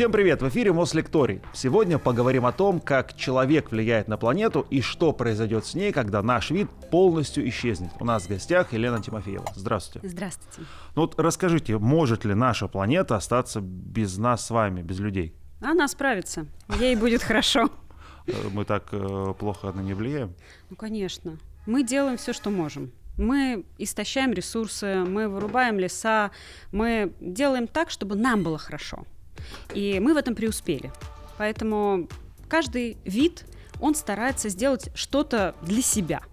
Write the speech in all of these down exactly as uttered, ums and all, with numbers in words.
Всем привет! В эфире Мослекторий. Сегодня поговорим о том, как человек влияет на планету и что произойдет с ней, когда наш вид полностью исчезнет. У нас в гостях Елена Тимофеева. Здравствуйте. Здравствуйте. Ну вот расскажите, может ли наша планета остаться без нас с вами, без людей? Она справится. Ей будет хорошо. Мы так э, плохо на нее влияем? Ну, конечно. Мы делаем все, что можем. Мы истощаем ресурсы, мы вырубаем леса, мы делаем так, чтобы нам было хорошо. И мы в этом преуспели. Поэтому каждый вид, он старается сделать что-то для себя.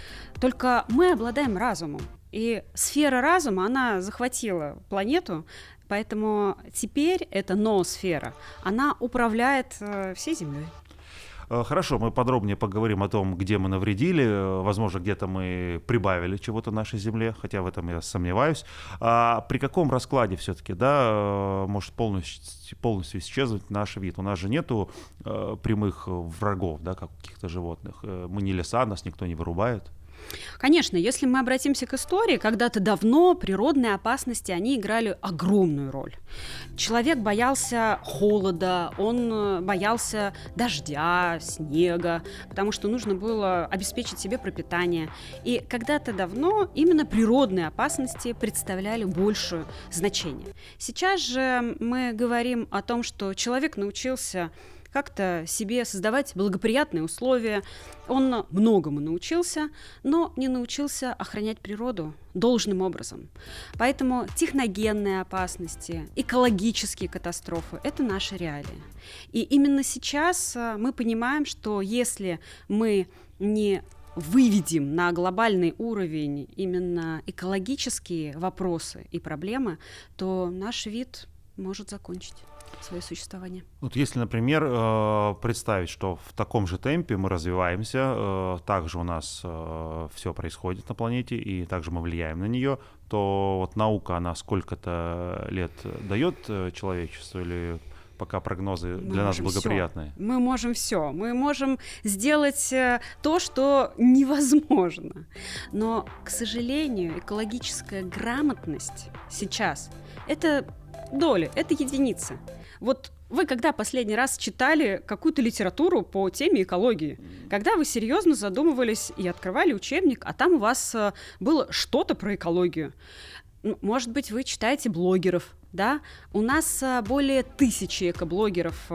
Только мы обладаем разумом. И сфера разума, она захватила планету, поэтому теперь эта ноосфера, она управляет э, всей Землей. Хорошо, мы подробнее поговорим о том, где мы навредили. Возможно, где-то мы прибавили чего-то нашей Земле, хотя в этом я сомневаюсь. А при каком раскладе все-таки, да, может полностью, полностью исчезнуть наш вид? У нас же нету э, прямых врагов, да, как у каких-то животных. Мы не леса, нас никто не вырубает. Конечно, если мы обратимся к истории, когда-то давно природные опасности, они играли огромную роль. Человек боялся холода, он боялся дождя, снега, потому что нужно было обеспечить себе пропитание. И когда-то давно именно природные опасности представляли большее значение. Сейчас же мы говорим о том, что человек научился как-то себе создавать благоприятные условия. Он многому научился, но не научился охранять природу должным образом. Поэтому техногенные опасности, экологические катастрофы – это наши реалии. И именно сейчас мы понимаем, что если мы не выведем на глобальный уровень именно экологические вопросы и проблемы, то наш вид может закончить свое существование. Вот если, например, представить, что в таком же темпе мы развиваемся, также у нас все происходит на планете, и также мы влияем на нее, то вот наука, она сколько-то лет дает человечеству, или пока прогнозы для нас благоприятные? Всё. Мы можем все. Мы можем сделать то, что невозможно. Но, к сожалению, экологическая грамотность сейчас – это доли, это единицы. Вот вы когда последний раз читали какую-то литературу по теме экологии? Когда вы серьезно задумывались и открывали учебник, а там у вас было что-то про экологию? Может быть, вы читаете блогеров, да? У нас более тысячи экоблогеров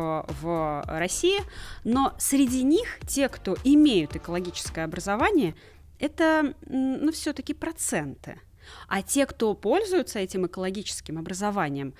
в России, но среди них те, кто имеют экологическое образование, это, ну, все-таки проценты. А те, кто пользуются этим экологическим образованием,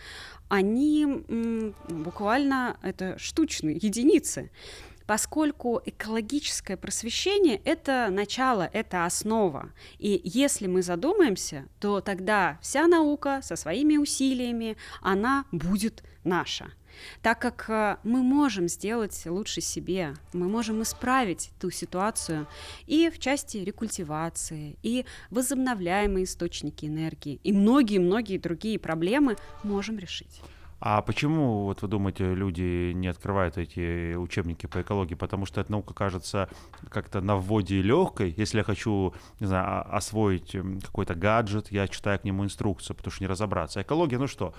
они м, буквально это штучные единицы, поскольку экологическое просвещение – это начало, это основа. И если мы задумаемся, то тогда вся наука со своими усилиями, она будет наша. Так как мы можем сделать лучше себе, мы можем исправить ту ситуацию и в части рекультивации, и возобновляемые источники энергии, и многие-многие другие проблемы можем решить. А почему, вот вы думаете, люди не открывают эти учебники по экологии? Потому что эта наука кажется как-то на вводе легкой. Если я хочу, не знаю, освоить какой-то гаджет, я читаю к нему инструкцию, потому что не разобраться. Экология, ну что,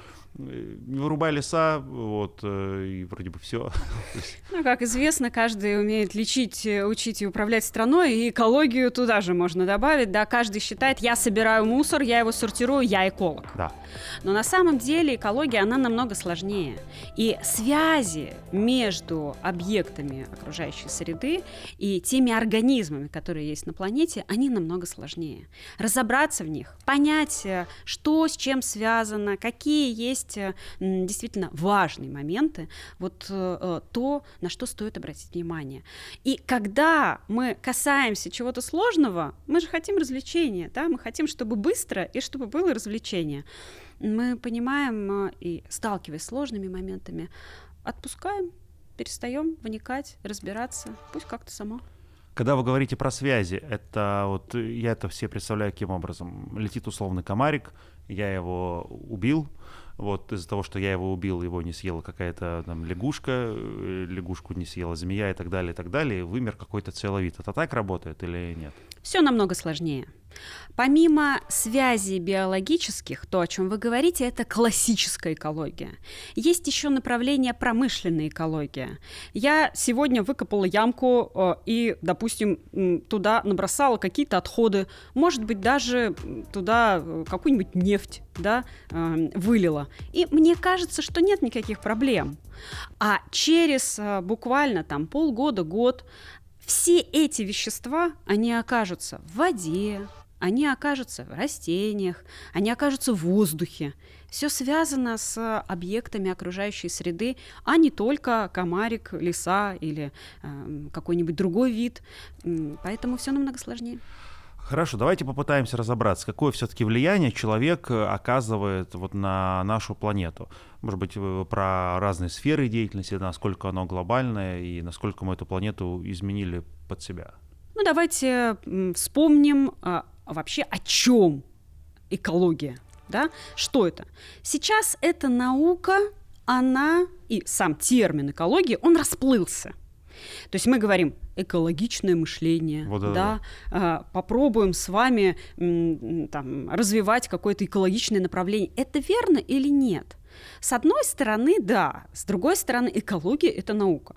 не вырубай леса, вот, и вроде бы все. Ну, как известно, каждый умеет лечить, учить и управлять страной, и экологию туда же можно добавить. Да, каждый считает, я собираю мусор, я его сортирую, я эколог. Да. Но на самом деле экология, она намного сложнее. И связи между объектами окружающей среды и теми организмами, которые есть на планете, они намного сложнее. Разобраться в них, понять, что с чем связано, какие есть действительно важные моменты, вот то, на что стоит обратить внимание. И когда мы касаемся чего-то сложного, мы же хотим развлечения, да? Мы хотим, чтобы быстро и чтобы было развлечение. Мы понимаем и, сталкиваясь с сложными моментами, отпускаем, перестаем вникать, разбираться, пусть как-то само. Когда вы говорите про связи, это вот я это все представляю каким образом. Летит условный комарик, я его убил, вот из-за того, что я его убил, его не съела какая-то там лягушка, лягушку не съела змея и так далее, и так далее, и вымер какой-то целый вид. Это так работает или нет? Все намного сложнее. Помимо связей биологических, то, о чем вы говорите, это классическая экология. Есть еще направление промышленная экология. Я сегодня выкопала ямку э, и, допустим, туда набросала какие-то отходы, может быть, даже туда какую-нибудь нефть, да, э, вылила. И мне кажется, что нет никаких проблем. А через э, буквально там полгода, год все эти вещества, они окажутся в воде, они окажутся в растениях, они окажутся в воздухе. Все связано с объектами окружающей среды, а не только комарик, лиса или э, какой-нибудь другой вид. Поэтому все намного сложнее. Хорошо, давайте попытаемся разобраться, какое все-таки влияние человек оказывает вот на нашу планету. Может быть, про разные сферы деятельности, насколько оно глобальное и насколько мы эту планету изменили под себя. Ну, давайте вспомним а, вообще, о чем экология, да? Что это? Сейчас эта наука, она и сам термин экология, он расплылся. То есть мы говорим экологичное мышление, вот да, да. А, попробуем с вами м, там, развивать какое-то экологичное направление. Это верно или нет? С одной стороны, да, с другой стороны, экология – это наука.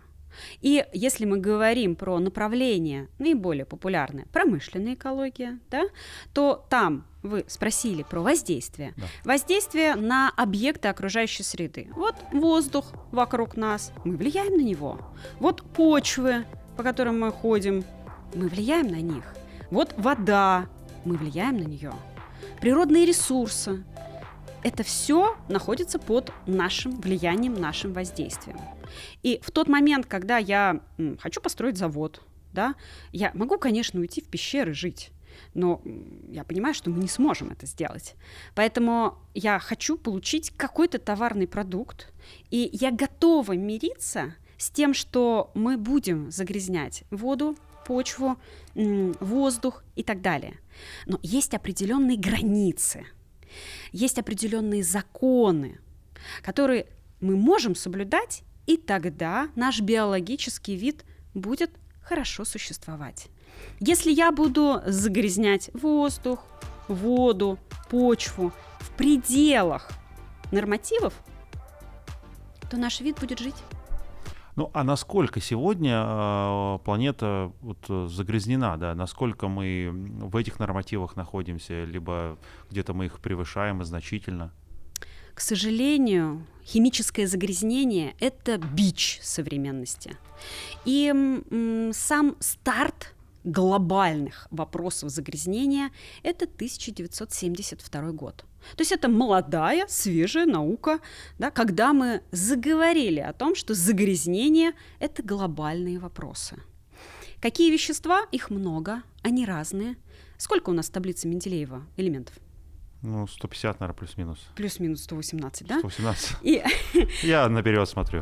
И если мы говорим про направление наиболее популярное, промышленная экология, да, то там вы спросили про воздействие. Да. Воздействие на объекты окружающей среды. Вот воздух вокруг нас, мы влияем на него. Вот почвы, по которым мы ходим, мы влияем на них. Вот вода, мы влияем на нее. Природные ресурсы. Это все находится под нашим влиянием, нашим воздействием. И в тот момент, когда я м, хочу построить завод, да, я могу, конечно, уйти в пещеры жить, но я понимаю, что мы не сможем это сделать. Поэтому я хочу получить какой-то товарный продукт, и я готова мириться с тем, что мы будем загрязнять воду, почву, м, воздух и так далее. Но есть определенные границы. Есть определенные законы, которые мы можем соблюдать, и тогда наш биологический вид будет хорошо существовать. Если я буду загрязнять воздух, воду, почву в пределах нормативов, то наш вид будет жить. Ну, а насколько сегодня э, планета вот, загрязнена, да? Насколько мы в этих нормативах находимся, либо где-то мы их превышаем и значительно? К сожалению, химическое загрязнение – это бич современности. И м, сам старт глобальных вопросов загрязнения – это тысяча девятьсот семьдесят второй год. То есть это молодая, свежая наука, да, когда мы заговорили о том, что загрязнение – это глобальные вопросы. Какие вещества? Их много, они разные. Сколько у нас в таблице Менделеева элементов? Ну, сто пятьдесят, наверное, плюс-минус. Плюс-минус сто восемнадцать, да? сто восемнадцать. И... Я наперед смотрю.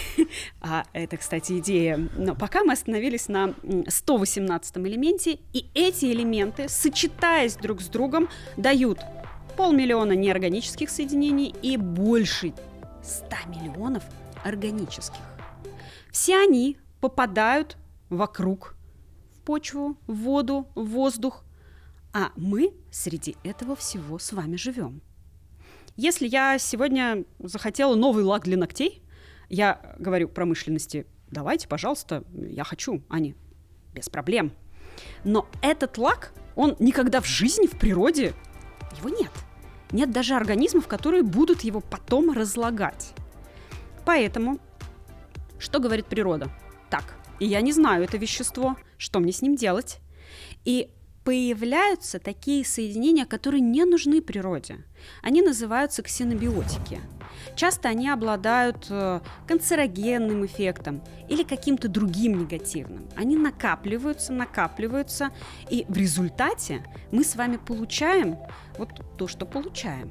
А это, кстати, идея. Но пока мы остановились на сто восемнадцатом элементе, и эти элементы, сочетаясь друг с другом, дают полмиллиона неорганических соединений и больше ста миллионов органических. Все они попадают вокруг, в почву, в воду, в воздух, а мы среди этого всего с вами живем. Если я сегодня захотела новый лак для ногтей, я говорю промышленности: давайте, пожалуйста, я хочу, они, без проблем. Но этот лак, он никогда в жизни, в природе, его нет. Нет даже организмов, которые будут его потом разлагать. Поэтому, что говорит природа? Так, и я не знаю это вещество, что мне с ним делать? И появляются такие соединения, которые не нужны природе. Они называются ксенобиотики. Часто они обладают канцерогенным эффектом или каким-то другим негативным. Они накапливаются, накапливаются, и в результате мы с вами получаем вот то, что получаем.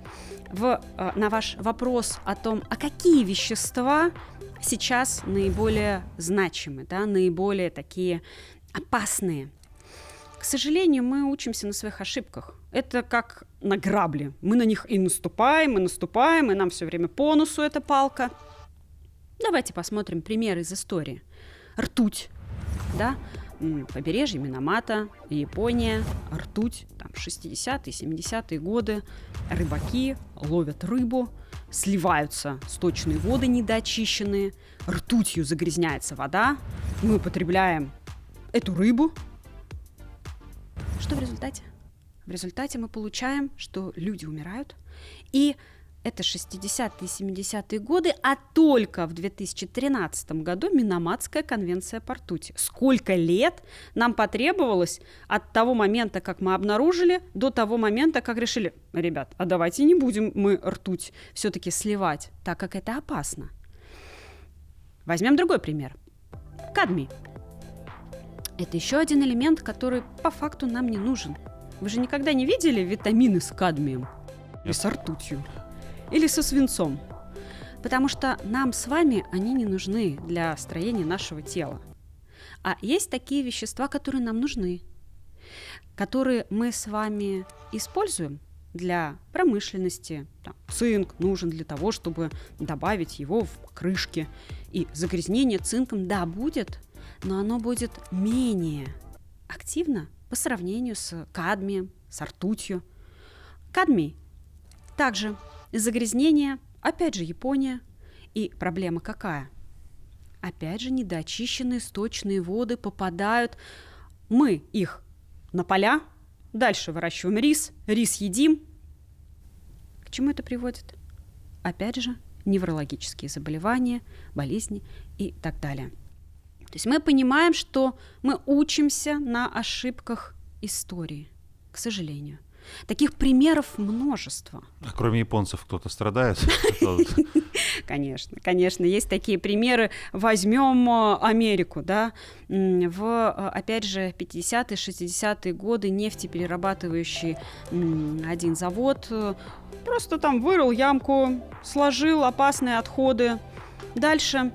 В, на ваш вопрос о том, а какие вещества сейчас наиболее значимы, да, наиболее такие опасные, к сожалению, мы учимся на своих ошибках. Это как на грабли. Мы на них и наступаем, и наступаем, и нам все время по носу эта палка. Давайте посмотрим примеры из истории. Ртуть. Да? побережье Минамата, Япония, ртуть, там шестидесятые, семидесятые годы, рыбаки ловят рыбу, сливаются сточные воды недоочищенные, ртутью загрязняется вода, мы употребляем эту рыбу. Что в результате? В результате мы получаем, что люди умирают, и это шестидесятые, семидесятые годы, а только в две тысячи тринадцатом году Минаматская конвенция по ртути. Сколько лет нам потребовалось от того момента, как мы обнаружили, до того момента, как решили, ребят, а давайте не будем мы ртуть все-таки сливать, так как это опасно. Возьмем другой пример. Кадмий. Это еще один элемент, который по факту нам не нужен. Вы же никогда не видели витамины с кадмием? И с ртутью? Или со свинцом? Потому что нам с вами они не нужны для строения нашего тела. А есть такие вещества, которые нам нужны, которые мы с вами используем для промышленности. Там, цинк нужен для того, чтобы добавить его в крышки. И загрязнение цинком, да, будет, но оно будет менее активно по сравнению с кадмием, с ртутью. Кадмий также загрязнение, опять же, Япония. И проблема какая? Опять же, недоочищенные сточные воды попадают. Мы их на поля, дальше выращиваем рис, рис едим. К чему это приводит? Опять же, неврологические заболевания, болезни и так далее. То есть мы понимаем, что мы учимся на ошибках истории, к сожалению. Таких примеров множество. А кроме японцев кто-то страдает? Конечно, конечно, есть такие примеры. Возьмем Америку, да, в, опять же, пятидесятые, шестидесятые годы нефтеперерабатывающий один завод просто там вырыл ямку, сложил опасные отходы. Дальше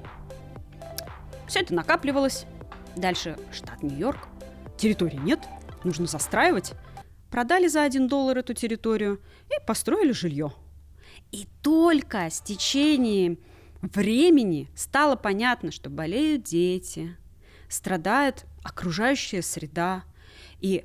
все это накапливалось. Дальше штат Нью-Йорк. Территории нет, нужно застраивать. Продали за один доллар эту территорию и построили жилье. И только с течением времени стало понятно, что болеют дети, страдает окружающая среда. И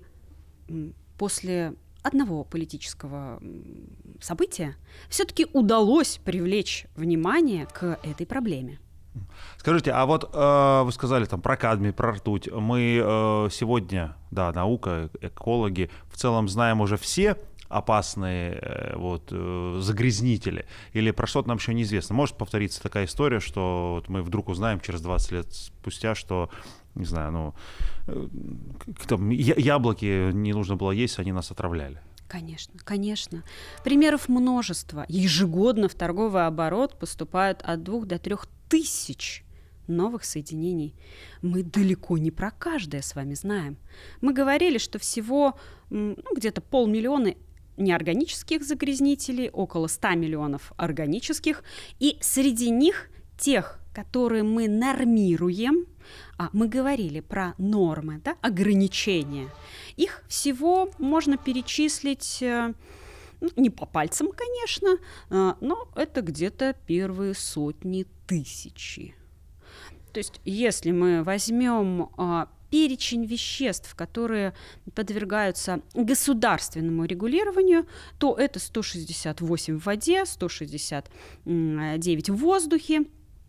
после одного политического события все-таки удалось привлечь внимание к этой проблеме. Скажите, а вот э, вы сказали там про кадмий, про ртуть. Мы э, сегодня, да, наука, экологи, в целом знаем уже все опасные э, вот, э, загрязнители? Или про что-то нам еще неизвестно? Может повториться такая история, что вот мы вдруг узнаем через двадцать лет спустя, что, не знаю, ну, э, там, яблоки не нужно было есть, они нас отравляли? Конечно, конечно. Примеров множество. Ежегодно в торговый оборот поступают от двух до трех тысяч новых соединений. Мы далеко не про каждое с вами знаем. Мы говорили, что всего ну, где-то полмиллиона неорганических загрязнителей, около ста миллионов органических, и среди них тех, которые мы нормируем, а мы говорили про нормы, да, ограничения, их всего можно перечислить, ну, не по пальцам, конечно, но это где-то первые сотни тысячи. То есть если мы возьмем перечень веществ, которые подвергаются государственному регулированию, то это сто шестьдесят восемь в воде, сто шестьдесят девять в воздухе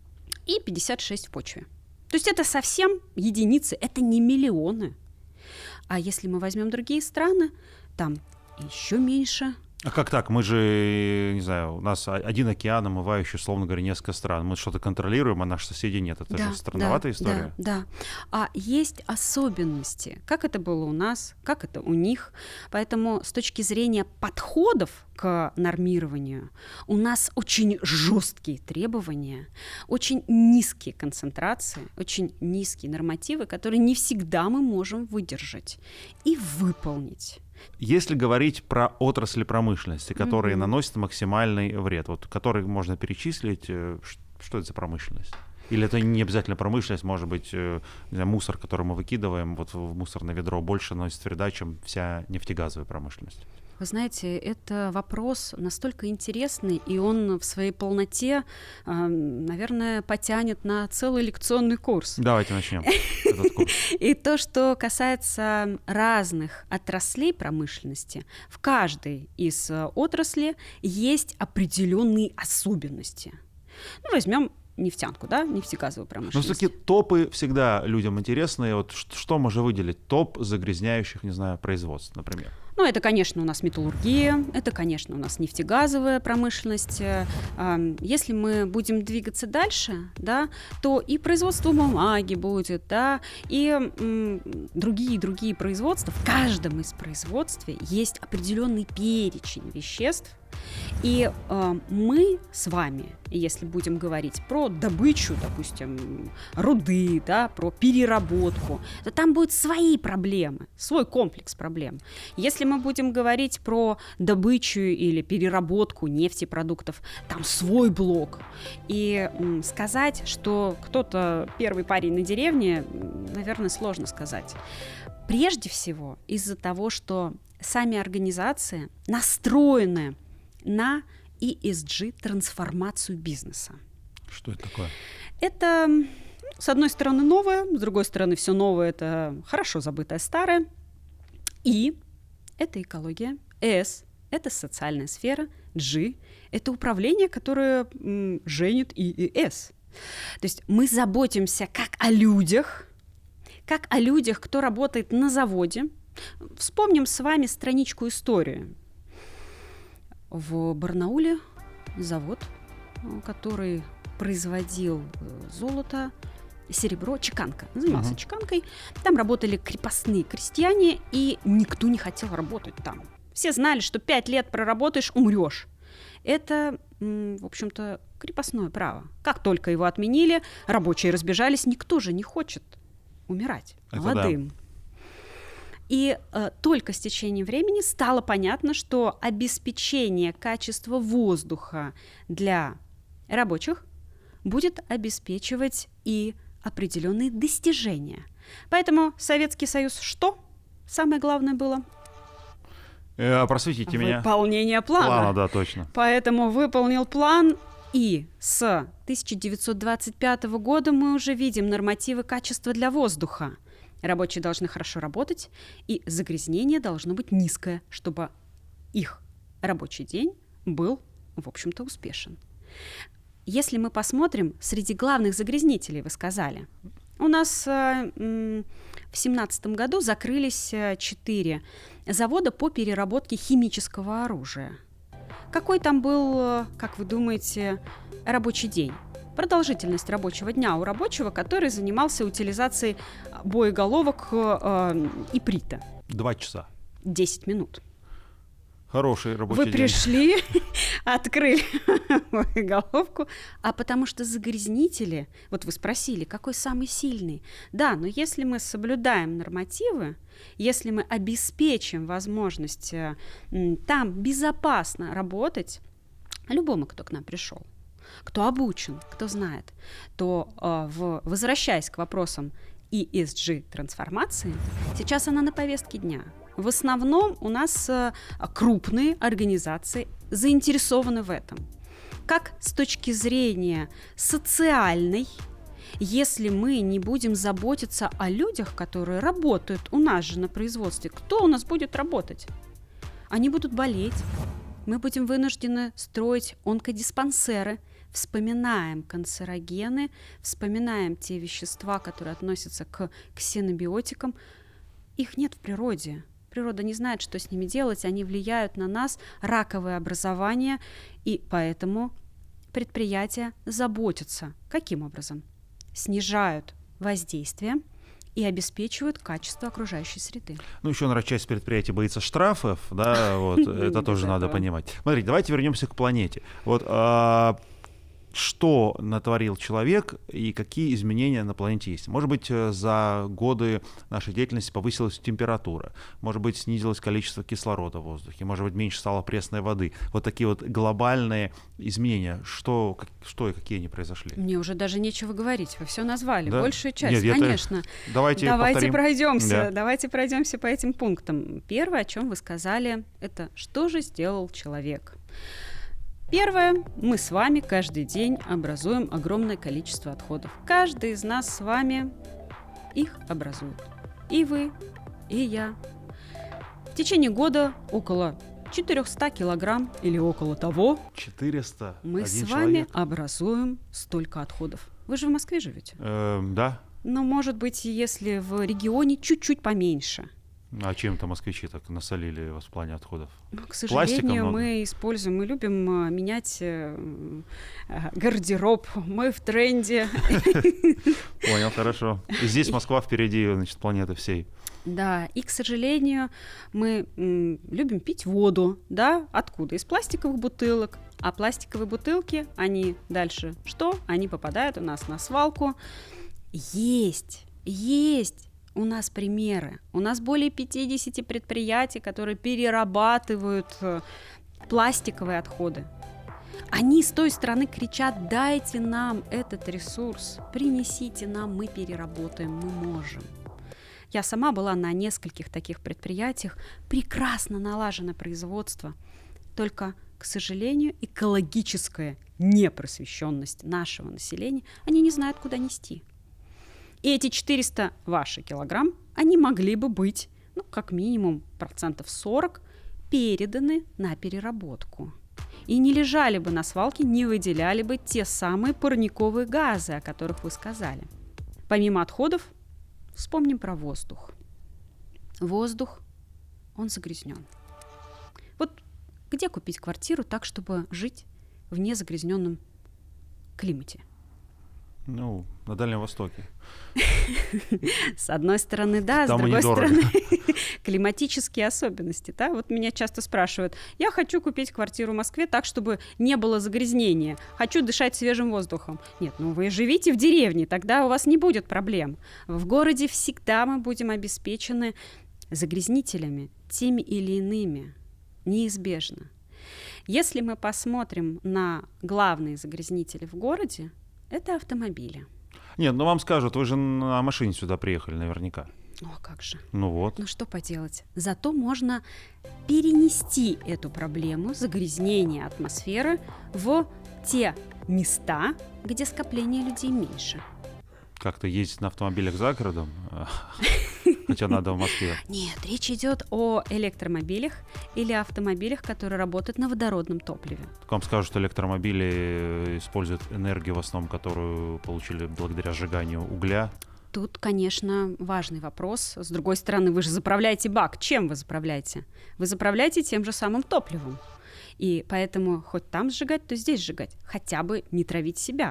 и пятьдесят шесть в почве. То есть это совсем единицы, это не миллионы. А если мы возьмем другие страны, там еще меньше. А как так? Мы же, не знаю, у нас один океан, омывающий, условно говоря, несколько стран. Мы что-то контролируем, а наши соседи нет. Это да, же странноватая да, история. Да, да. А есть особенности. Как это было у нас, как это у них. Поэтому с точки зрения подходов к нормированию у нас очень жесткие требования, очень низкие концентрации, очень низкие нормативы, которые не всегда мы можем выдержать и выполнить. Если говорить про отрасли промышленности, которые mm-hmm. наносят максимальный вред, вот, который можно перечислить, что это за промышленность? Или это не обязательно промышленность, может быть, не знаю, мусор, который мы выкидываем вот в мусорное ведро, больше наносит вреда, чем вся нефтегазовая промышленность? Вы знаете, это вопрос настолько интересный, и он в своей полноте, наверное, потянет на целый лекционный курс. Давайте начнем этот курс. И то, что касается разных отраслей промышленности, в каждой из отраслей есть определенные особенности. Ну, возьмем нефтянку, да, нефтегазовую промышленность. Но все-таки топы всегда людям интересны. Вот что можно выделить? Топ загрязняющих, не знаю, производств, например. Ну, это, конечно, у нас металлургия, это, конечно, у нас нефтегазовая промышленность. Если мы будем двигаться дальше, да, то и производство бумаги будет, да, и другие-другие производства. В каждом из производств есть определенный перечень веществ, и э, мы с вами, если будем говорить про добычу, допустим, руды, да, про переработку, то там будут свои проблемы, свой комплекс проблем. Если мы будем говорить про добычу или переработку нефтепродуктов, там свой блок. И м, сказать, что кто-то первый парень на деревне, наверное, сложно сказать. Прежде всего из-за того, что сами организации настроены на и эс джи трансформацию бизнеса. Что это такое? Это, с одной стороны, новое, с другой стороны, все новое — это хорошо забытое старое. И это экология, эс — это социальная сфера, джи — это управление, которое м, женит и и эс. То есть мы заботимся как о людях, как о людях, кто работает на заводе. Вспомним с вами страничку истории. В Барнауле завод, который производил золото, серебро, чеканка, занимался uh-huh. чеканкой. Там работали крепостные крестьяне, и никто не хотел работать там. Все знали, что пять лет проработаешь — умрешь. Это, в общем-то, крепостное право. Как только его отменили, рабочие разбежались, никто же не хочет умирать Это молодым. Да. И э, только с течением времени стало понятно, что обеспечение качества воздуха для рабочих будет обеспечивать и определенные достижения. Поэтому Советский Союз что? Самое главное было? Э, просветите меня. Выполнение плана. Плана, да, точно. Поэтому выполнил план, и с тысяча девятьсот двадцать пятого года мы уже видим нормативы качества для воздуха. Рабочие должны хорошо работать, и загрязнение должно быть низкое, чтобы их рабочий день был, в общем-то, успешен. Если мы посмотрим, среди главных загрязнителей, вы сказали, у нас э, м, в семнадцатом году закрылись четыре завода по переработке химического оружия. Какой там был, как вы думаете, рабочий день? Продолжительность рабочего дня у рабочего, который занимался утилизацией боеголовок э, иприта. Два часа. Десять минут. Хороший рабочий Вы день. Вы пришли, открыли боеголовку, а потому что загрязнители, вот вы спросили, какой самый сильный. Да, но если мы соблюдаем нормативы, если мы обеспечим возможность э, там безопасно работать любому, кто к нам пришел, кто обучен, кто знает, то, э, в, возвращаясь к вопросам и эс джи трансформации, сейчас она на повестке дня. В основном у нас э, крупные организации заинтересованы в этом. Как с точки зрения социальной, если мы не будем заботиться о людях, которые работают у нас же на производстве, кто у нас будет работать? Они будут болеть, мы будем вынуждены строить онкодиспансеры, вспоминаем канцерогены, вспоминаем те вещества, которые относятся к ксенобиотикам. Их нет в природе. Природа не знает, что с ними делать, они влияют на нас, раковое образование, и поэтому предприятия заботятся. Каким образом? Снижают воздействие и обеспечивают качество окружающей среды. Ну, еще, наверное, часть предприятий боится штрафов, да, вот, это тоже надо понимать. Смотрите, давайте вернемся к планете. Вот что натворил человек и какие изменения на планете есть. Может быть, за годы нашей деятельности повысилась температура, может быть, снизилось количество кислорода в воздухе, может быть, меньше стало пресной воды. Вот такие вот глобальные изменения. Что, как, что и какие они произошли? Мне уже даже нечего говорить. Вы все назвали. Да? Большую часть, Нет, конечно. Давайте, давайте пройдемся. Да. Давайте пройдемся по этим пунктам. Первое, о чем вы сказали, это что же сделал человек. Первое. Мы с вами каждый день образуем огромное количество отходов. Каждый из нас с вами их образует. И вы, и я. В течение года около четыреста килограмм или около того четыреста. мы с человек. вами образуем столько отходов. Вы же в Москве живете? Эм, да. Но, может быть, если в регионе чуть-чуть поменьше. А чем-то москвичи так насолили вас в плане отходов? Ну, к сожалению, Пластика мы используем, мы любим э, менять э, э, гардероб, мы в тренде. Понял, хорошо. И здесь Москва впереди, значит, планеты всей. Да, и, к сожалению, мы м, любим пить воду, да, откуда? Из пластиковых бутылок. А пластиковые бутылки, они дальше что? Они попадают у нас на свалку. Есть, есть. У нас примеры. У нас более пятьдесят предприятий, которые перерабатывают пластиковые отходы. Они с той стороны кричат: дайте нам этот ресурс, принесите нам, мы переработаем, мы можем. Я сама была на нескольких таких предприятиях, прекрасно налажено производство. Только, к сожалению, экологическая непросвещенность нашего населения, они не знают, куда нести. И эти четыреста ваши килограмм, они могли бы быть, ну, как минимум, процентов сорок переданы на переработку. И не лежали бы на свалке, не выделяли бы те самые парниковые газы, о которых вы сказали. Помимо отходов, вспомним про воздух. Воздух, он загрязнен. Вот где купить квартиру так, чтобы жить в незагрязненном климате? Ну, на Дальнем Востоке. С одной стороны, да, с другой стороны, климатические особенности. Да? Вот меня часто спрашивают: я хочу купить квартиру в Москве так, чтобы не было загрязнения, хочу дышать свежим воздухом. Нет, ну вы живите в деревне, тогда у вас не будет проблем. В городе всегда мы будем обеспечены загрязнителями, теми или иными, неизбежно. Если мы посмотрим на главные загрязнители в городе, это автомобили. Нет, ну вам скажут, вы же на машине сюда приехали наверняка. О, как же. Ну вот. Ну что поделать. Зато можно перенести эту проблему загрязнения атмосферы в те места, где скопление людей меньше. Как-то ездить на автомобилях за городом, хотя надо в Москве. Нет, речь идет о электромобилях или автомобилях, которые работают на водородном топливе. Так вам скажут, что электромобили используют энергию в основном, которую получили благодаря сжиганию угля. Тут, конечно, важный вопрос. С другой стороны, вы же заправляете бак. Чем вы заправляете? Вы заправляете тем же самым топливом. И поэтому хоть там сжигать, то здесь сжигать. Хотя бы не травить себя.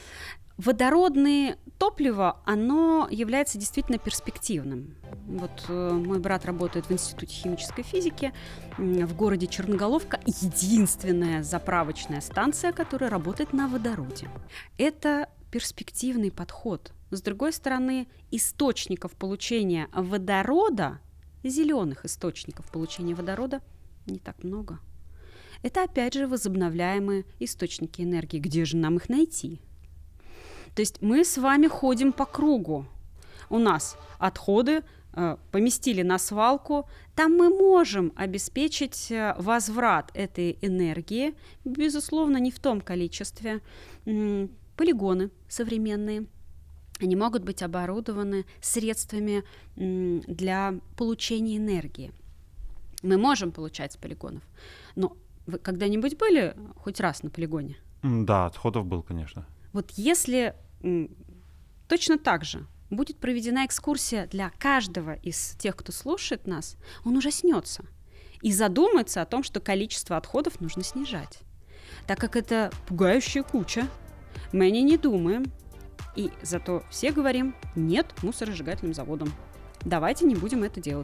Водородное топливо, оно является действительно перспективным. Вот э, мой брат работает в Институте химической физики э, в городе Черноголовка. Единственная заправочная станция, которая работает на водороде. Это перспективный подход. С другой стороны, источников получения водорода, зеленых источников получения водорода, не так много. Это опять же возобновляемые источники энергии. Где же нам их найти? То есть мы с вами ходим по кругу. У нас отходы э, поместили на свалку. Там мы можем обеспечить э, возврат этой энергии, безусловно, не в том количестве. М- полигоны современные, они могут быть оборудованы средствами м- для получения энергии. Мы можем получать с полигонов. Но вы когда-нибудь были хоть раз на полигоне? Да, отходов был, конечно. Вот если м, точно так же будет проведена экскурсия для каждого из тех, кто слушает нас, он ужаснется и задумается о том, что количество отходов нужно снижать. Так как это пугающая куча, мы о ней не думаем. И зато все говорим: нет мусоросжигательным заводам. Давайте не будем это делать.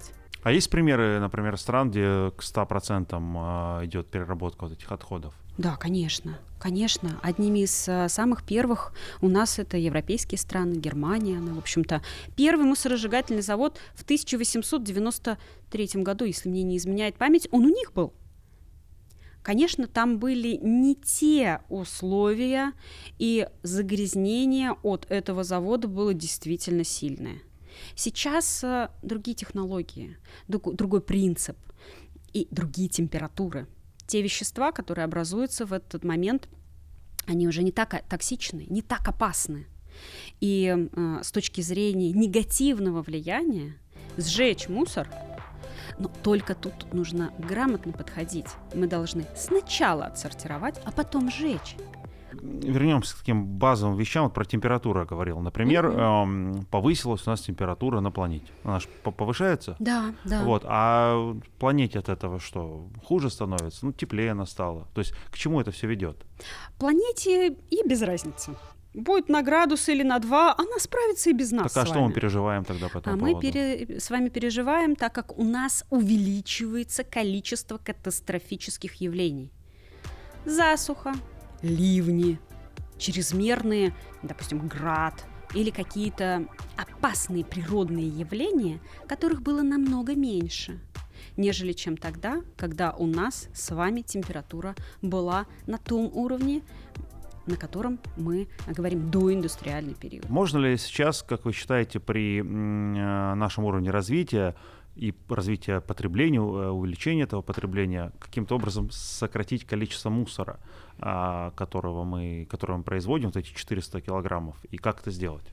А есть примеры, например, стран, где к ста процентам идет переработка вот этих отходов? Да, конечно, конечно. Одними из а, самых первых у нас это европейские страны, Германия. Она, в общем-то, первый мусоросжигательный завод в тысяча восемьсот девяносто третьем году, если мне не изменяет память, он у них был. Конечно, там были не те условия, и загрязнение от этого завода было действительно сильное. Сейчас а, другие технологии, друг, другой принцип и другие температуры. Те вещества, которые образуются в этот момент, они уже не так токсичны, не так опасны. И э, с точки зрения негативного влияния сжечь мусор, но только тут нужно грамотно подходить. Мы должны сначала отсортировать, а потом сжечь. Вернемся к таким базовым вещам. Вот про температуру я говорил. Например, mm-hmm. эм, повысилась у нас температура на планете. Она же повышается? Да, да. Вот. А планете от этого что? Хуже становится? Ну, теплее она стала. То есть к чему это все ведет? Планете и без разницы. Будет на градус или на два, она справится и без нас. Так а что мы переживаем тогда по этому а поводу? Мы пере... с вами переживаем, так как у нас увеличивается количество катастрофических явлений. Засуха, ливни, чрезмерные, допустим, град или какие-то опасные природные явления, которых было намного меньше, нежели чем тогда, когда у нас с вами температура была на том уровне, на котором мы говорим доиндустриальный период. Можно ли сейчас, как вы считаете, при нашем уровне развития и развития потребления, увеличения этого потребления, каким-то образом сократить количество мусора, которого мы, которого мы производим, вот эти четыреста килограммов, и как это сделать?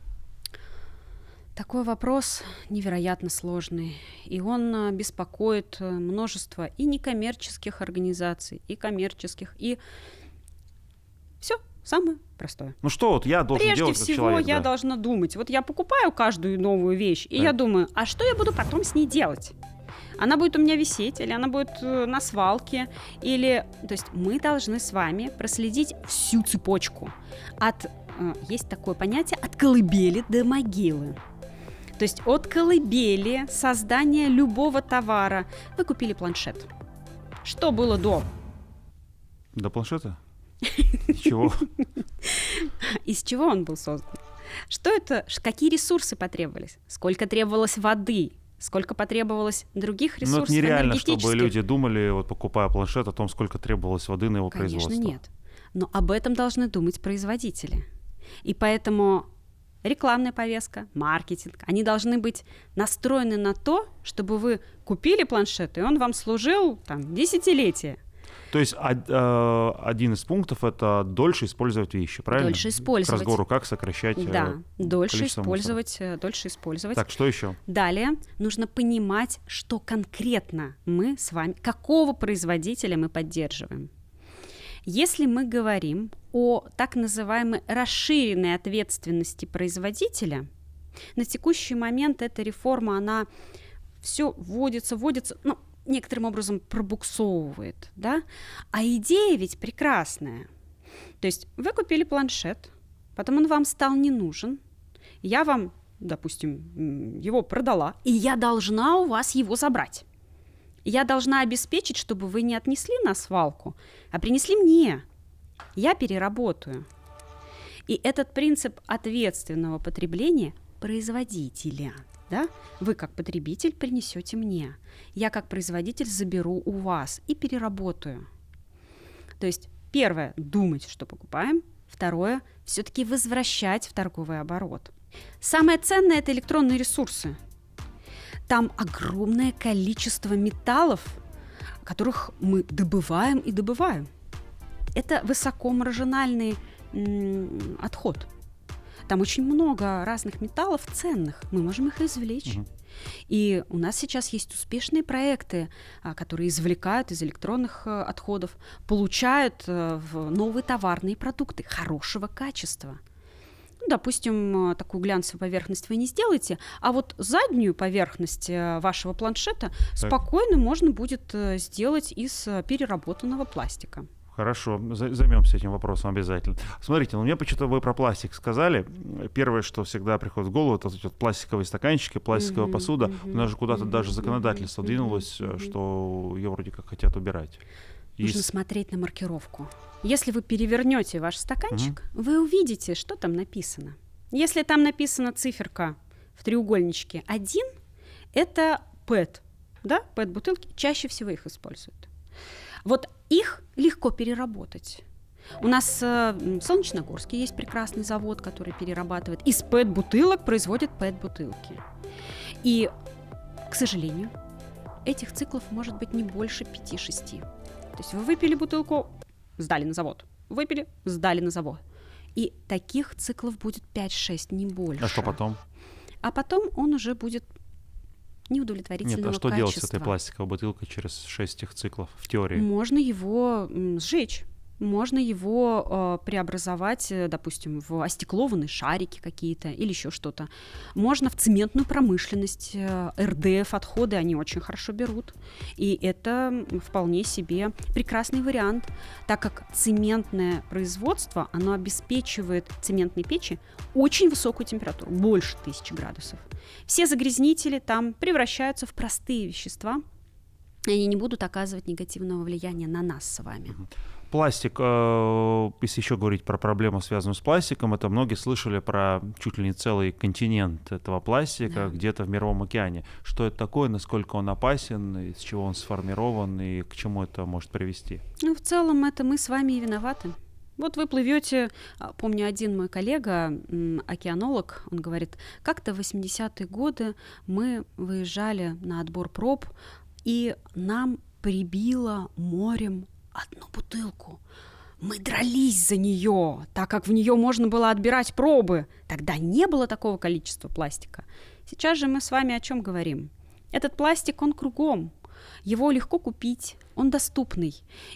Такой вопрос невероятно сложный, и он беспокоит множество и некоммерческих организаций, и коммерческих, и все самое простое. Ну что вот я должен Прежде делать всего, как человек? я да. должна думать. Вот я покупаю каждую новую вещь, и так. я думаю, а что я буду потом с ней делать? Она будет у меня висеть, или она будет на свалке, или... То есть мы должны с вами проследить всю цепочку. От, есть такое понятие, от колыбели до могилы. То есть от колыбели создания любого товара. Вы купили планшет. Что было до? До планшета? Чего? Из чего он был создан? Что это? Какие ресурсы потребовались? Сколько требовалось воды? Сколько потребовалось других ресурсов? Ну, это нереально, чтобы люди думали, вот покупая планшет, о том, сколько требовалось воды на его Конечно, производство. Конечно, нет. Но об этом должны думать производители. И поэтому рекламная повестка, маркетинг, они должны быть настроены на то, чтобы вы купили планшет, и он вам служил там десятилетия. То есть один из пунктов — это дольше использовать вещи, правильно? Дольше использовать. К разговору, как сокращать Да, дольше использовать, мусора. дольше использовать. Так, что еще? Далее нужно понимать, что конкретно мы с вами, какого производителя мы поддерживаем. Если мы говорим о так называемой расширенной ответственности производителя, на текущий момент эта реформа, она все вводится, вводится, ну, некоторым образом пробуксовывает, да? А идея ведь прекрасная. То есть вы купили планшет, потом он вам стал не нужен, я вам, допустим, его продала, и я должна у вас его забрать. Я должна обеспечить, чтобы вы не отнесли на свалку, а принесли мне. Я переработаю. И этот принцип ответственного потребления производителя, да, вы как потребитель принесете мне. Я как производитель заберу у вас и переработаю. То есть первое — думать, что покупаем. Второе — все-таки возвращать в торговый оборот. Самое ценное — это электронные ресурсы. Там огромное количество металлов, которых мы добываем и добываем. Это высокомаржинальный м- отход. Там очень много разных металлов ценных, мы можем их извлечь. Угу. И у нас сейчас есть успешные проекты, которые извлекают из электронных отходов, получают в новые товарные продукты хорошего качества. Ну, допустим, такую глянцевую поверхность вы не сделаете, а вот заднюю поверхность вашего планшета так. спокойно можно будет сделать из переработанного пластика. Хорошо, займемся этим вопросом обязательно. Смотрите, ну мне почему-то вы про пластик сказали. Первое, что всегда приходит в голову, это вот пластиковые стаканчики, пластиковая mm-hmm, посуда. Mm-hmm, У нас же куда-то mm-hmm, даже законодательство mm-hmm, двинулось, mm-hmm. что ее вроде как хотят убирать. Нужно Есть... смотреть на маркировку. Если вы перевернете ваш стаканчик, mm-hmm. вы увидите, что там написано. Если там написана циферка в треугольничке один, это пэт, да, пэт-бутылки, чаще всего их используют. Вот их легко переработать. У нас э, в Солнечногорске есть прекрасный завод, который перерабатывает. Из пэт-бутылок производит пэт-бутылки. И, к сожалению, этих циклов может быть не больше пяти-шести. То есть вы выпили бутылку, сдали на завод. Выпили, сдали на завод. И таких циклов будет пять-шесть, не больше. А что потом? А потом он уже будет неудовлетворительного качества. Нет, а что качества. делать с этой пластиковой бутылкой через шесть их циклов в теории? Можно его м, сжечь. Можно его э, преобразовать, допустим, в остеклованные шарики какие-то или еще что-то. Можно в цементную промышленность. Э, эр дэ эф отходы они очень хорошо берут. И это вполне себе прекрасный вариант, так как цементное производство, оно обеспечивает цементные печи очень высокую температуру, больше тысячи градусов. Все загрязнители там превращаются в простые вещества, и они не будут оказывать негативного влияния на нас с вами. Пластик, если еще говорить про проблему, связанную с пластиком, это многие слышали про чуть ли не целый континент этого пластика, да, где-то в Мировом океане. Что это такое, насколько он опасен, из чего он сформирован и к чему это может привести? Ну, в целом, это мы с вами и виноваты. Вот вы плывете, помню, один мой коллега, океанолог, он говорит, как-то в восьмидесятые годы мы выезжали на отбор проб, и нам прибило морем одну бутылку. Мы дрались за нее, так как в нее можно было отбирать пробы. Тогда не было такого количества пластика. Сейчас же мы с вами о чем говорим? Этот пластик, он кругом. Его легко купить, он доступный.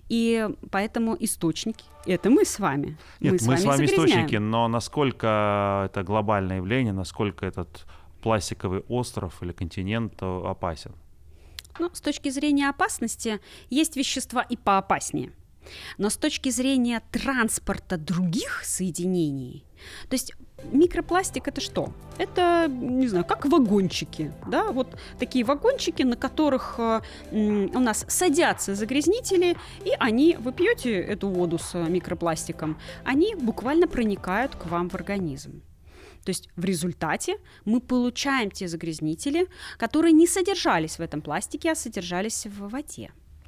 И поэтому источники — это мы с вами. Нет, мы с вами, мы с вами источники, но насколько это глобальное явление, насколько этот пластиковый остров или континент опасен? Ну, с точки зрения опасности, есть вещества и поопаснее. Но с точки зрения транспорта других соединений, то есть микропластик — это что? Это, не знаю, как вагончики, да, вот такие вагончики, на которых э, у нас садятся загрязнители, и они, вы пьете эту воду с микропластиком, они буквально проникают к вам в организм. То есть в результате мы получаем те загрязнители, которые не содержались в этом пластике, а содержались в воде.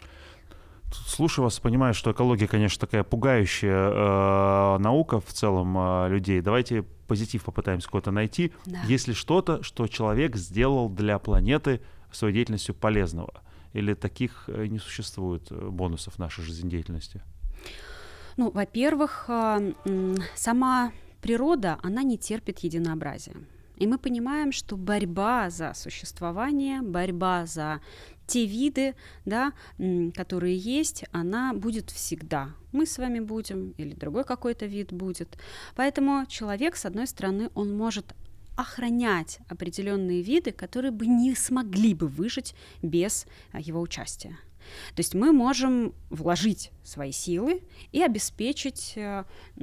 Слушаю вас, понимаю, что экология, конечно, такая пугающая э, наука в целом э, людей. Давайте позитив попытаемся какой-то найти. Да. Есть ли что-то, что человек сделал для планеты своей деятельностью полезного? Или таких не существует бонусов нашей жизнедеятельности? Ну, во-первых, э, сама природа, она не терпит единообразия. И мы понимаем, что борьба за существование, борьба за те виды, да, которые есть, она будет всегда. Мы с вами будем, или другой какой-то вид будет. Поэтому человек, с одной стороны, он может охранять определенные виды, которые бы не смогли бы выжить без его участия. То есть мы можем вложить свои силы и обеспечить э,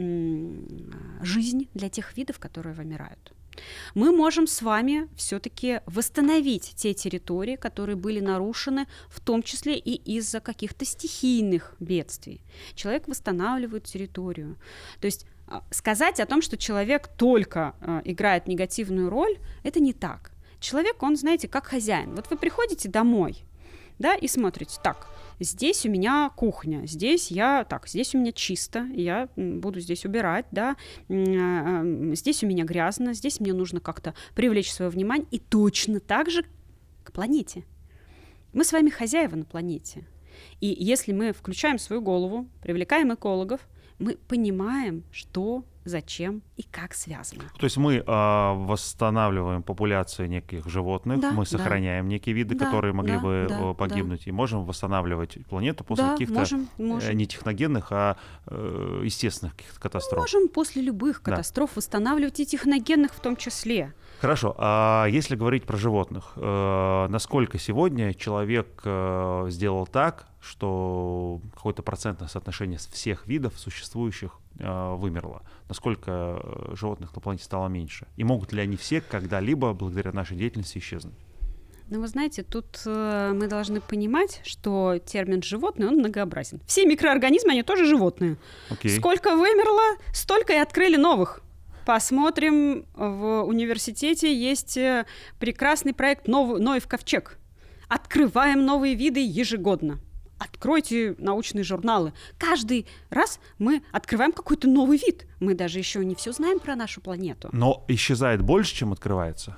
жизнь для тех видов, которые вымирают. Мы можем с вами все-таки восстановить те территории, которые были нарушены, в том числе и из-за каких-то стихийных бедствий. Человек восстанавливает территорию. То есть сказать о том, что человек только э, играет негативную роль, это не так. Человек, он, знаете, как хозяин. Вот вы приходите домой, да, и смотрите, так, здесь у меня кухня, здесь я, так, здесь у меня чисто, я буду здесь убирать, да, здесь у меня грязно, здесь мне нужно как-то привлечь свое внимание, и точно так же к планете. Мы с вами хозяева на планете, и если мы включаем свою голову, привлекаем экологов, мы понимаем, что, зачем и как связано. То есть мы э, восстанавливаем популяцию неких животных, да, мы сохраняем да. некие виды, да, которые могли да, бы да, погибнуть, да. и можем восстанавливать планету после да, каких-то можем, можем. не техногенных, а э, естественных каких-то катастроф. Можем после любых катастроф да. восстанавливать и техногенных в том числе. Хорошо, а если говорить про животных, э, насколько сегодня человек э, сделал так, что какое-то процентное соотношение всех видов существующих э, вымерло? Насколько животных на планете стало меньше? И могут ли они все когда-либо, благодаря нашей деятельности, исчезнуть? Ну, вы знаете, тут э, мы должны понимать, что термин «животное», он многообразен. Все микроорганизмы, они тоже животные. Окей. Сколько вымерло, столько и открыли новых. Посмотрим, в университете есть прекрасный проект «Ноев ковчег». Открываем новые виды ежегодно. Откройте научные журналы. Каждый раз мы открываем какой-то новый вид. Мы даже еще не все знаем про нашу планету. Но исчезает больше, чем открывается?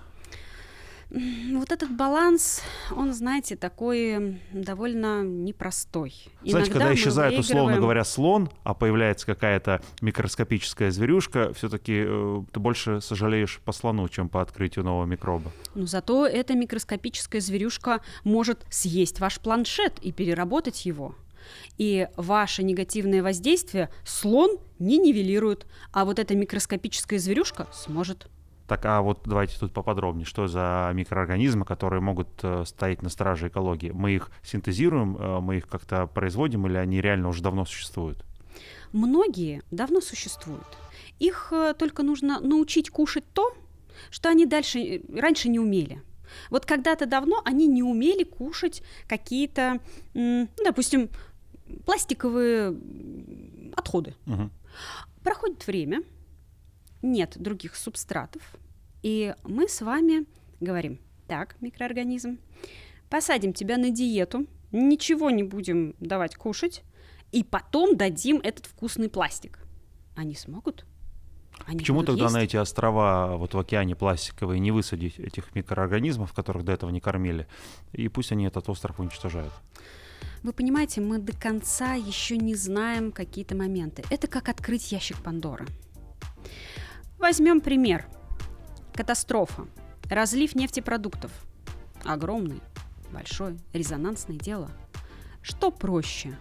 Вот этот баланс, он, знаете, такой довольно непростой. Знаете, Иногда когда мы исчезает, условно выигрываем... говоря, слон, а появляется какая-то микроскопическая зверюшка, все-таки э, ты больше сожалеешь по слону, чем по открытию нового микроба. Но зато эта микроскопическая зверюшка может съесть ваш планшет и переработать его. И ваше негативное воздействие слон не нивелирует, а вот эта микроскопическая зверюшка сможет. Так, а вот давайте тут поподробнее. Что за микроорганизмы, которые могут э, стоять на страже экологии? Мы их синтезируем, э, мы их как-то производим, или они реально уже давно существуют? Многие давно существуют. Их э, только нужно научить кушать то, что они дальше, э, раньше не умели. Вот когда-то давно они не умели кушать какие-то, м, допустим, пластиковые отходы. Угу. Проходит время, нет других субстратов, и мы с вами говорим: так, микроорганизм, посадим тебя на диету, ничего не будем давать кушать, и потом дадим этот вкусный пластик. Они смогут? Они Почему будут тогда есть? на эти острова вот в океане пластиковые не высадить этих микроорганизмов, которых до этого не кормили, и пусть они этот остров уничтожают? Вы понимаете, мы до конца еще не знаем какие-то моменты. Это как открыть ящик Пандоры. Возьмем пример. Катастрофа. Разлив нефтепродуктов. Огромный, большой, резонансное дело. Что проще?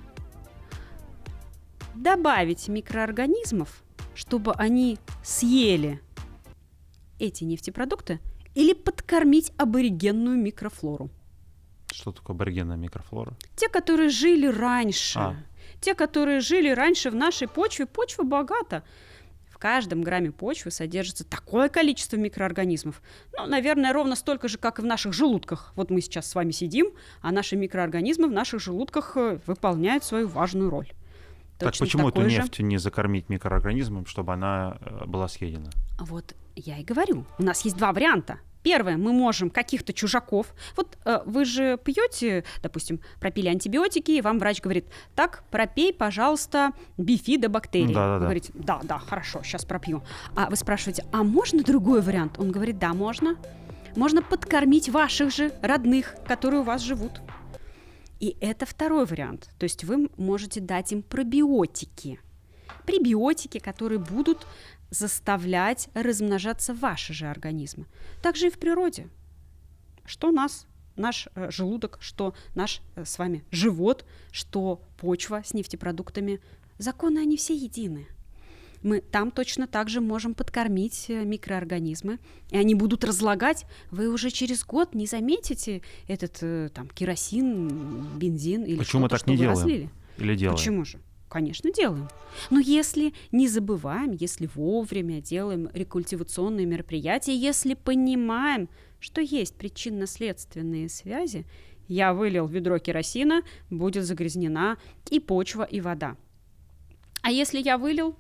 Добавить микроорганизмов, чтобы они съели эти нефтепродукты, или подкормить аборигенную микрофлору? Что такое аборигенная микрофлора? Те, которые жили раньше. А. Те, которые жили раньше в нашей почве. Почва богата. В каждом грамме почвы содержится такое количество микроорганизмов. Ну, наверное, ровно столько же, как и в наших желудках. Вот мы сейчас с вами сидим, а наши микроорганизмы в наших желудках выполняют свою важную роль. Так Точно почему эту такой же. нефть не закормить микроорганизмом, чтобы она э, была съедена? Вот я и говорю. У нас есть два варианта. Первое, мы можем каких-то чужаков. Вот э, вы же пьете, допустим, пропили антибиотики, и вам врач говорит: так, пропей, пожалуйста, бифидобактерии. Да-да-да. Вы говорите: да, да, хорошо, сейчас пропью. А вы спрашиваете: а можно другой вариант? Он говорит: да, можно. Можно подкормить ваших же родных, которые у вас живут. И это второй вариант. То есть вы можете дать им пробиотики. Пребиотики, которые будут заставлять размножаться ваши же организмы. Так же и в природе. Что нас, наш э, желудок, что наш э, с вами живот, что почва с нефтепродуктами. Законы, они все едины. Мы там точно так же можем подкормить э, микроорганизмы, и они будут разлагать. Вы уже через год не заметите этот э, там керосин, бензин или Почему мы что-то, так что не вы делаем? разлили. Или делаем? Почему же? Конечно, делаем. Но если не забываем, если вовремя делаем рекультивационные мероприятия, если понимаем, что есть причинно-следственные связи, я вылил ведро керосина, будет загрязнена и почва, и вода. А если я вылил...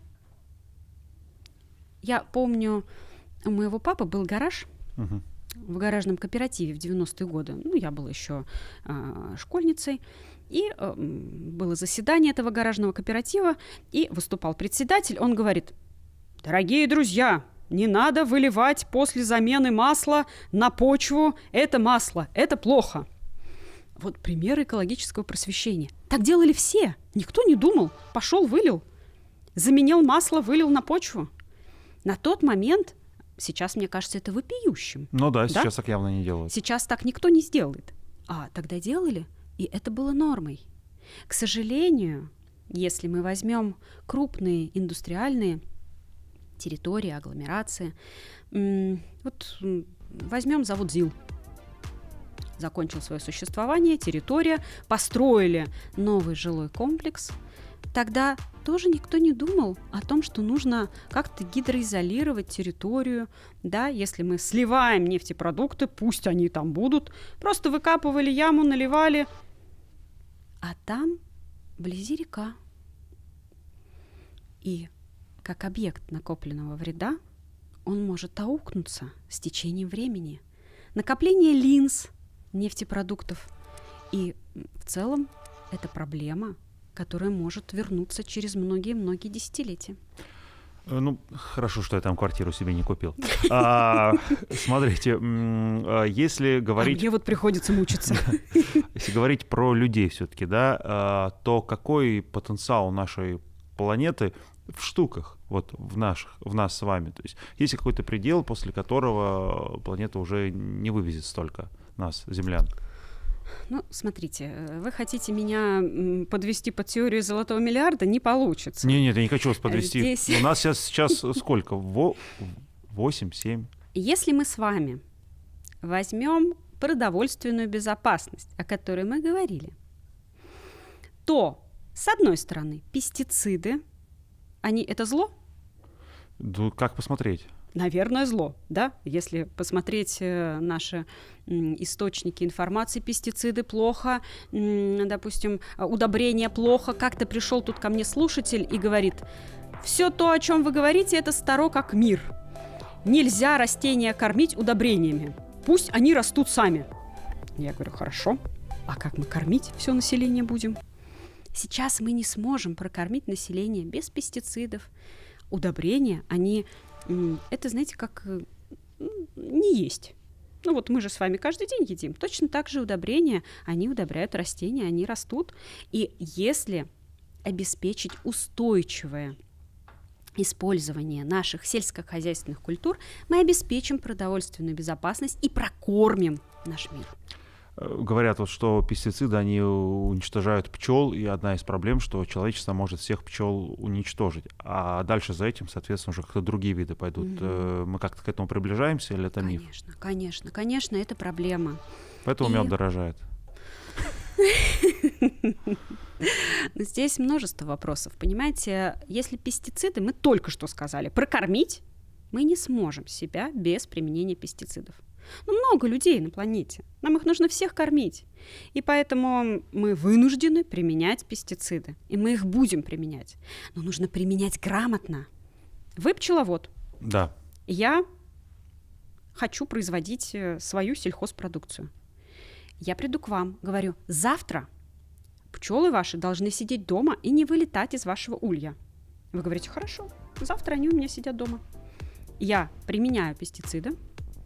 Я помню, у моего папы был гараж, Угу. в гаражном кооперативе в девяностые годы. Ну, я была еще э, школьницей. И э, было заседание этого гаражного кооператива, и выступал председатель. Он говорит: дорогие друзья, не надо выливать после замены масла на почву. Это масло, это плохо. Вот пример экологического просвещения. Так делали все. Никто не думал. Пошел, вылил. Заменил масло, вылил на почву. На тот момент, сейчас, мне кажется, это вопиющим. Ну да, Да? сейчас так явно не делают. Сейчас так никто не сделает. А тогда делали, и это было нормой. К сожалению, если мы возьмем крупные индустриальные территории, агломерации, м, вот м, возьмем завод ЗИЛ. закончил свое существование, территория, построили новый жилой комплекс, тогда тоже никто не думал о том, что нужно как-то гидроизолировать территорию, да, если мы сливаем нефтепродукты, пусть они там будут, просто выкапывали яму, наливали, а там вблизи река. И как объект накопленного вреда он может аукнуться с течением времени. Накопление линз нефтепродуктов. И в целом это проблема, которая может вернуться через многие-многие десятилетия. Ну, хорошо, что я там квартиру себе не купил. А, смотрите, если говорить... А мне вот приходится мучиться. Если говорить про людей все-таки, да, то какой потенциал нашей планеты в штуках, вот в наших, в нас с вами? То есть есть ли какой-то предел, после которого планета уже не вывезет столько нас, землян? Ну, смотрите, вы хотите меня подвести под теорию золотого миллиарда? Не получится. Нет, нет, я не хочу вас подвести. Здесь... У нас сейчас, сейчас сколько? восемь, семь? Если мы с вами возьмем продовольственную безопасность, о которой мы говорили, то, с одной стороны, пестициды, они это зло? Ну, как посмотреть? Наверное, зло, да? Если посмотреть наши источники информации, пестициды плохо, допустим, удобрения плохо. Как-то пришел тут ко мне слушатель и говорит: все то, о чем вы говорите, это старо как мир. Нельзя растения кормить удобрениями. Пусть они растут сами. Я говорю: хорошо. А как мы кормить все население будем? Сейчас мы не сможем прокормить население без пестицидов. Удобрения, они... Это, знаете, как не есть. Ну вот мы же с вами каждый день едим. Точно так же удобрения, они удобряют растения, они растут. И если обеспечить устойчивое использование наших сельскохозяйственных культур, мы обеспечим продовольственную безопасность и прокормим наш мир. Говорят, вот, что пестициды, они уничтожают пчел, и одна из проблем, что человечество может всех пчел уничтожить. А дальше за этим, соответственно, уже как-то другие виды пойдут. Mm-hmm. Мы как-то к этому приближаемся, или это конечно, миф? Конечно, конечно, конечно, это проблема. Поэтому и... мед дорожает. Здесь множество вопросов, понимаете? Если пестициды, мы только что сказали, прокормить мы не сможем себя без применения пестицидов. Ну, много людей на планете. Нам их нужно всех кормить. И поэтому мы вынуждены применять пестициды. И мы их будем применять. Но нужно применять грамотно. Вы пчеловод. Да. Я хочу производить свою сельхозпродукцию. Я приду к вам, говорю: завтра пчелы ваши должны сидеть дома и не вылетать из вашего улья. Вы говорите: хорошо, завтра они у меня сидят дома. Я применяю пестициды.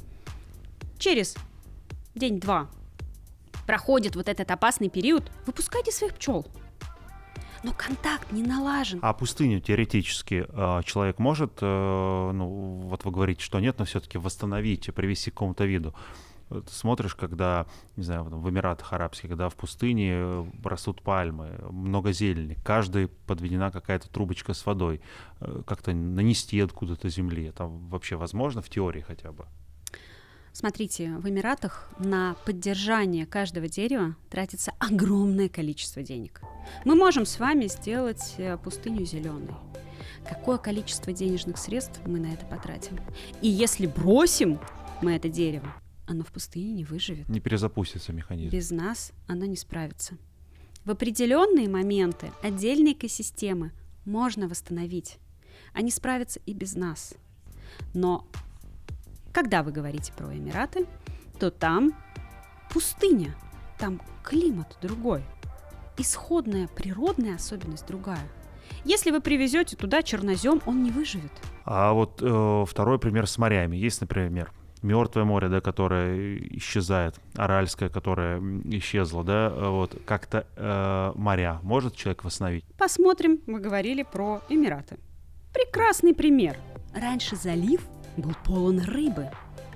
Через день-два проходит вот этот опасный период, выпускайте своих пчел. Но контакт не налажен. А пустыню теоретически человек может, ну вот вы говорите, что нет, но все-таки восстановить, привести к какому-то виду. Ты смотришь, когда, не знаю, в Эмиратах Арабских, когда в пустыне растут пальмы, много зелени, каждой подведена какая-то трубочка с водой, как-то нанести откуда-то земли. Это вообще возможно в теории хотя бы? Смотрите, в Эмиратах на поддержание каждого дерева тратится огромное количество денег. Мы можем с вами сделать пустыню зеленой. Какое количество денежных средств мы на это потратим? И если бросим мы это дерево, оно в пустыне не выживет. Не перезапустится механизм. Без нас оно не справится. В определенные моменты отдельные экосистемы можно восстановить. Они справятся и без нас. Но когда вы говорите про Эмираты, то там пустыня, там климат другой, исходная природная особенность другая. Если вы привезете туда чернозем, он не выживет. А вот э, второй пример с морями. Есть, например, Мертвое море, да, которое исчезает, Аральское, которое исчезло, да, вот как-то э, моря может человек восстановить? Посмотрим, вы говорили про Эмираты. Прекрасный пример. Раньше залив был полон рыбы.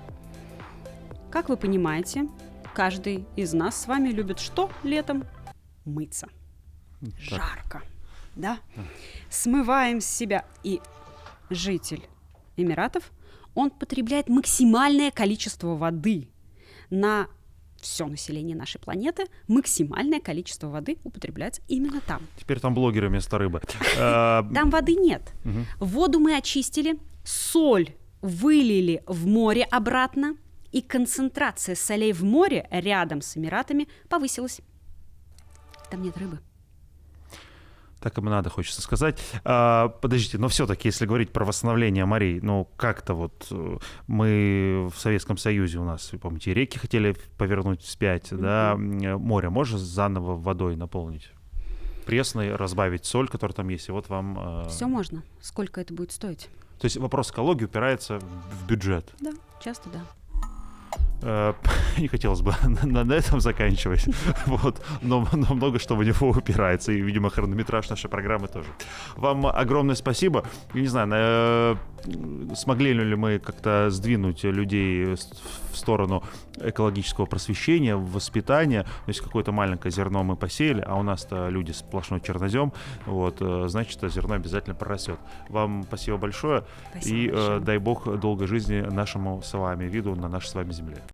Как вы понимаете, каждый из нас с вами любит что летом? Мыться. Так. Жарко, да? да? Смываем с себя. И житель Эмиратов, он потребляет максимальное количество воды на все население нашей планеты, максимальное количество воды употреблять именно там. Теперь там блогеры вместо рыбы. Там воды нет. Воду мы очистили, соль вылили в море обратно, и концентрация солей в море рядом с Эмиратами повысилась. Там нет рыбы. Так им и надо, хочется сказать. А, подождите, но все-таки, если говорить про восстановление морей, ну как-то вот мы в Советском Союзе у нас, вы помните, реки хотели повернуть вспять, mm-hmm. да, море можно заново водой наполнить? Пресной, разбавить соль, которая там есть, и вот вам... А... Все можно. Сколько это будет стоить? То есть вопрос экологии упирается в бюджет? Да, часто да. Не хотелось бы на, на этом заканчивать, вот, но, но много что в него упирается, и, видимо, хронометраж нашей программы тоже. Вам огромное спасибо. Я не знаю, на, смогли ли мы как-то сдвинуть людей в сторону экологического просвещения, воспитания. То есть какое-то маленькое зерно мы посеяли, а у нас-то люди сплошной чернозем, вот, значит, это зерно обязательно прорастет. Вам спасибо большое, спасибо и большое. Дай бог долгой жизни нашему с вами виду на нашей с вами земле.